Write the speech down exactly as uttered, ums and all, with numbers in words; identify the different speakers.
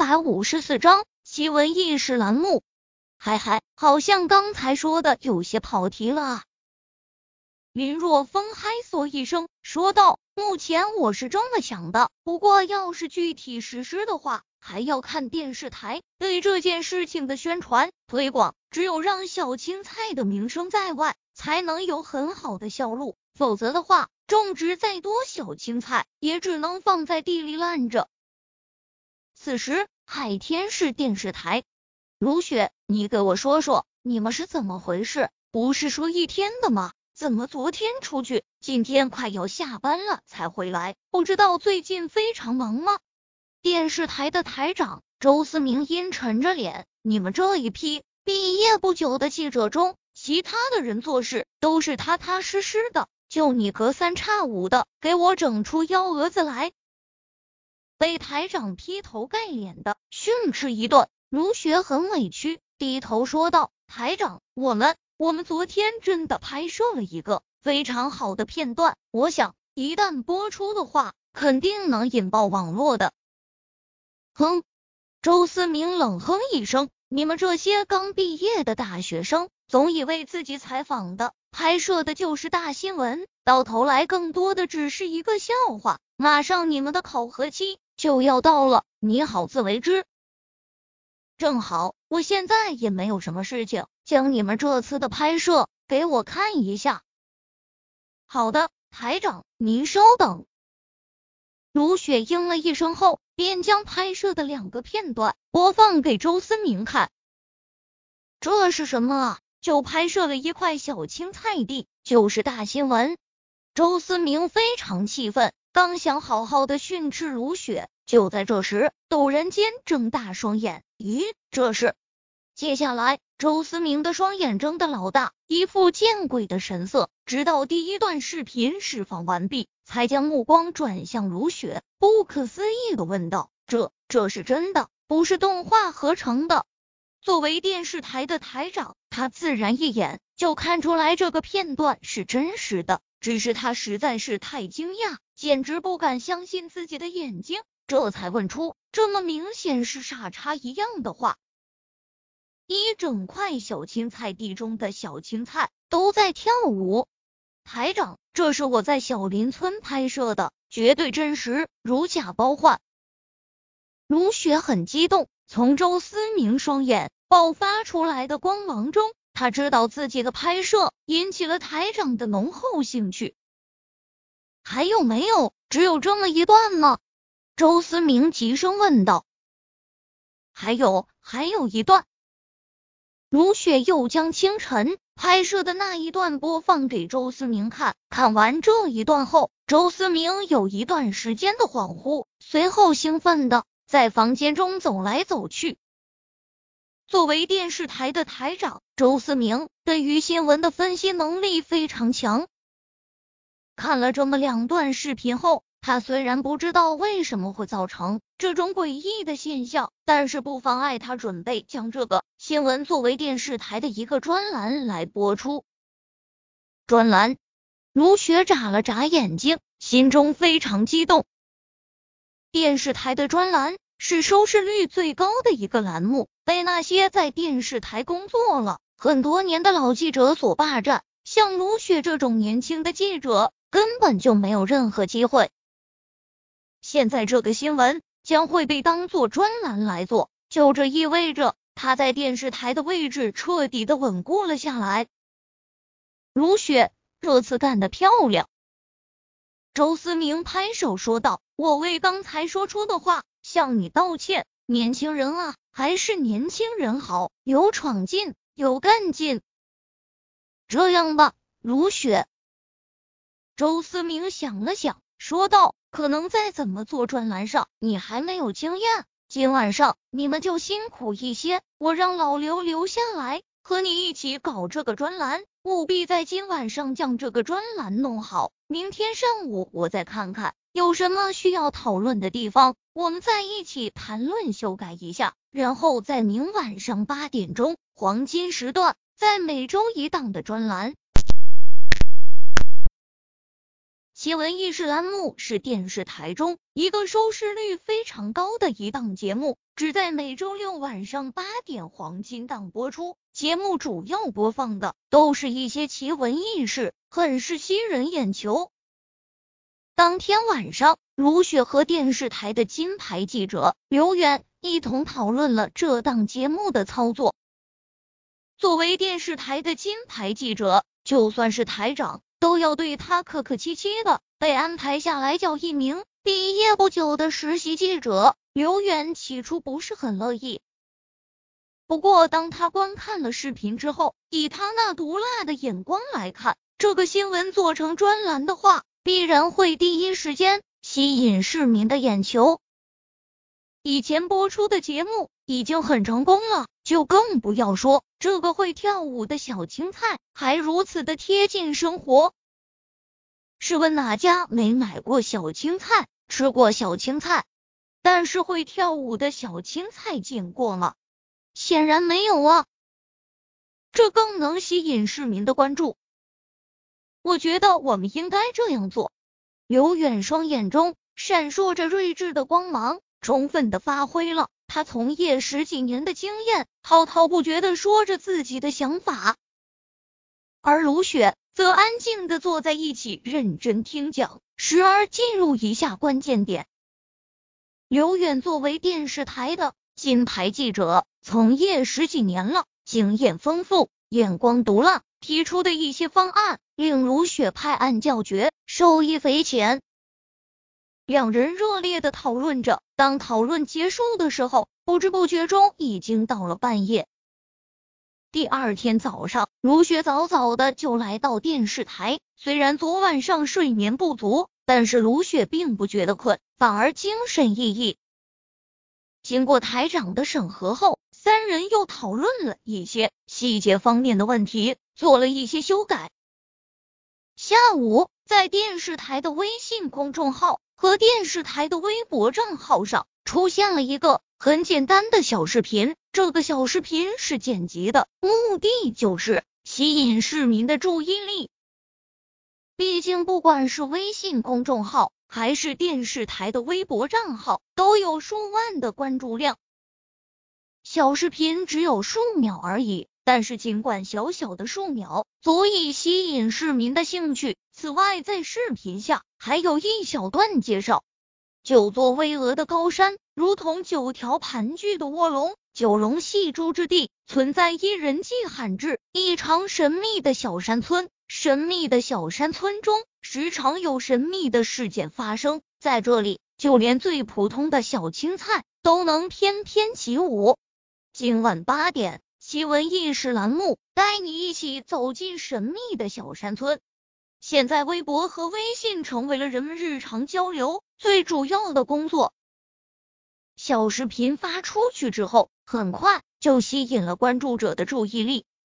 Speaker 1: 百五十四章奇闻异事栏目。嗨嗨，好像刚才说的有些跑题了啊。林若风嗨嗦一声说道，目前我是这么想的，不过要是具体实施的话，还要看电视台对这件事情的宣传推广，只有让小青菜的名声在外，才能有很好的销路，否则的话，种植再多小青菜也只能放在地里烂着。此时海天市电视台，如雪，你给我说说，你们是怎么回事？不是说一天的吗？怎么昨天出去，今天快要下班了才回来？不知道最近非常忙吗？电视台的台长周思明阴沉着脸，你们这一批毕业不久的记者中，其他的人做事都是踏踏实实的，就你隔三差五的给我整出幺蛾子来。被台长劈头盖脸的训斥一顿，如雪很委屈，低头说道，台长，我们我们昨天真的拍摄了一个非常好的片段，我想一旦播出的话，肯定能引爆网络的。哼！周思明冷哼一声，你们这些刚毕业的大学生，总以为自己采访的拍摄的就是大新闻，到头来更多的只是一个笑话。马上你们的考核期就要到了，你好自为之。正好我现在也没有什么事情，将你们这次的拍摄给我看一下。好的，台长，您稍等。如雪应了一声后，便将拍摄的两个片段播放给周思明看。这是什么啊？就拍摄了一块小青菜地，就是大新闻。周思明非常气愤，刚想好好的训斥如雪，就在这时，陡然间睁大双眼，咦，这是？接下来，周思明的双眼睁得老大，一副见鬼的神色，直到第一段视频释放完毕，才将目光转向如雪，不可思议的问道，这这是真的，不是动画合成的？作为电视台的台长，他自然一眼就看出来这个片段是真实的，只是他实在是太惊讶，简直不敢相信自己的眼睛，这才问出这么明显是傻叉一样的话。一整块小青菜地中的小青菜都在跳舞。台长，这是我在小林村拍摄的，绝对真实，如假包换。如雪很激动，从周思明双眼爆发出来的光芒中，他知道自己的拍摄引起了台长的浓厚兴趣。还有没有？只有这么一段吗？周思明急声问道。还有，还有一段。如雪又将清晨拍摄的那一段播放给周思明看，看完这一段后，周思明有一段时间的恍惚，随后兴奋的在房间中走来走去。作为电视台的台长，周思明对于新闻的分析能力非常强。看了这么两段视频后，他虽然不知道为什么会造成这种诡异的现象，但是不妨碍他准备将这个新闻作为电视台的一个专栏来播出。专栏？如雪眨了眨眼睛，心中非常激动。电视台的专栏是收视率最高的一个栏目，被那些在电视台工作了很多年的老记者所霸占，像如雪这种年轻的记者根本就没有任何机会。现在这个新闻将会被当作专栏来做，就这意味着他在电视台的位置彻底的稳固了下来。如雪，这次干得漂亮。周思明拍手说道，我为刚才说出的话向你道歉，年轻人啊，还是年轻人好，有闯劲，有干劲。这样吧，如雪。周思明想了想说道，可能在怎么做专栏上你还没有经验，今晚上你们就辛苦一些，我让老刘留下来和你一起搞这个专栏，务必在今晚上将这个专栏弄好，明天上午我再看看有什么需要讨论的地方，我们再一起谈论修改一下，然后在明晚上八点钟黄金时段，在每周一档的专栏奇闻异事栏目是电视台中一个收视率非常高的一档节目，只在每周六晚上八点黄金档播出。节目主要播放的都是一些奇闻异事，很是吸人眼球。当天晚上，卢雪和电视台的金牌记者刘远一同讨论了这档节目的操作。作为电视台的金牌记者，就算是台长都要对他客客气气的，被安排下来叫一名毕业不久的实习记者，刘远起初不是很乐意。不过当他观看了视频之后，以他那毒辣的眼光来看，这个新闻做成专栏的话，必然会第一时间吸引市民的眼球。以前播出的节目已经很成功了，就更不要说这个会跳舞的小青菜还如此的贴近生活。试问哪家没买过小青菜，吃过小青菜？但是会跳舞的小青菜见过吗？显然没有啊。这更能吸引市民的关注。我觉得我们应该这样做。刘远双眼中闪烁着睿智的光芒，充分的发挥了他从业十几年的经验，滔滔不绝的说着自己的想法。而卢雪则安静的坐在一起认真听讲，时而进入一下关键点。刘远作为电视台的金牌记者，从业十几年了，经验丰富，眼光独烂，提出的一些方案令卢雪拍案叫绝，受益匪浅。两人热烈的讨论着，当讨论结束的时候，不知不觉中已经到了半夜。第二天早上，卢雪早早的就来到电视台，虽然昨晚上睡眠不足，但是卢雪并不觉得困，反而精神奕奕。经过台长的审核后，三人又讨论了一些细节方面的问题，做了一些修改。下午，在电视台的微信公众号和电视台的微博账号上出现了一个很简单的小视频，这个小视频是剪辑的，目的就是吸引市民的注意力。毕竟不管是微信公众号还是电视台的微博账号，都有数万的关注量。小视频只有数秒而已，但是尽管小小的数秒足以吸引市民的兴趣。此外，在视频下还有一小段介绍，九座巍峨的高山如同九条盘踞的卧龙，九龙戏珠之地存在一人迹罕至、异常神秘的小山村。神秘的小山村中时常有神秘的事件发生，在这里就连最普通的小青菜都能翩翩起舞。今晚八点，奇闻异事栏目带你一起走进神秘的小山村。现在微博和微信成为了人们日常交流最主要的工作。小视频发出去之后，很快就吸引了关注者的注意力。